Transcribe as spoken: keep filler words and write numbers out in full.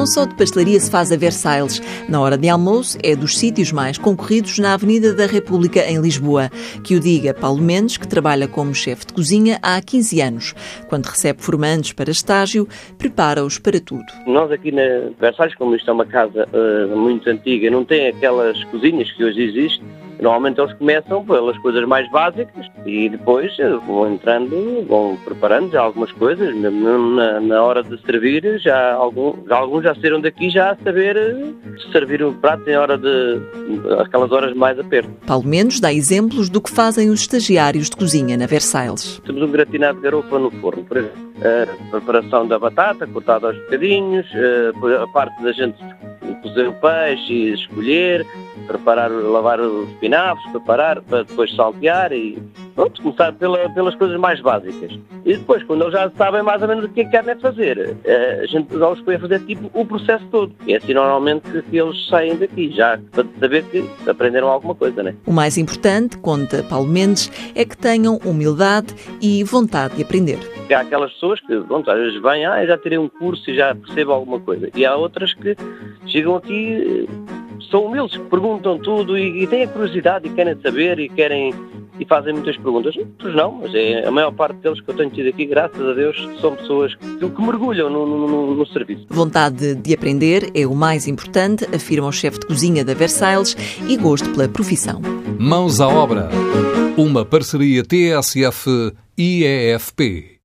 não só de pastelaria se faz a Versailles. Na hora de almoço é dos sítios mais concorridos na Avenida da República, em Lisboa. Que o diga Paulo Mendes, que trabalha como chefe de cozinha há quinze anos. Quando recebe formandos para estágio, prepara-os para tudo. Nós aqui na Versailles, como isto é uma casa uh, muito antiga, não tem aquelas cozinhas que hoje existem. Normalmente eles começam pelas coisas mais básicas e depois vão entrando, vão preparando já algumas coisas. Na, na hora de servir, já, algum, já alguns já saíram daqui já a saber servir o prato em hora de aquelas horas mais aperto. Paulo Mendes dá exemplos do que fazem os estagiários de cozinha na Versailles. Temos um gratinado de garofa no forno, por exemplo. A preparação da batata, cortada aos bocadinhos, a parte da gente cozer o peixe e escolher, preparar, lavar os espinafres, preparar para depois saltear e pronto, começar pela, pelas coisas mais básicas. E depois, quando eles já sabem mais ou menos o que é que querem fazer, a gente já os põe a fazer tipo o processo todo. E é assim normalmente que eles saem daqui, já para saber que aprenderam alguma coisa, né? O mais importante, conta Paulo Mendes, é que tenham humildade e vontade de aprender. Há aquelas pessoas que, pronto, às vezes vêm, ah, eu já tirei um curso e já percebo alguma coisa. E há outras que chegam aqui, são humildes, perguntam tudo e, e têm a curiosidade e querem saber e querem e fazem muitas perguntas. Outros não, mas é, a maior parte deles que eu tenho tido aqui, graças a Deus, são pessoas que, que mergulham no, no, no serviço. Vontade de aprender é o mais importante, afirma o chefe de cozinha da Versailles, e gosto pela profissão. Mãos à obra. Uma parceria T S F e I E F P.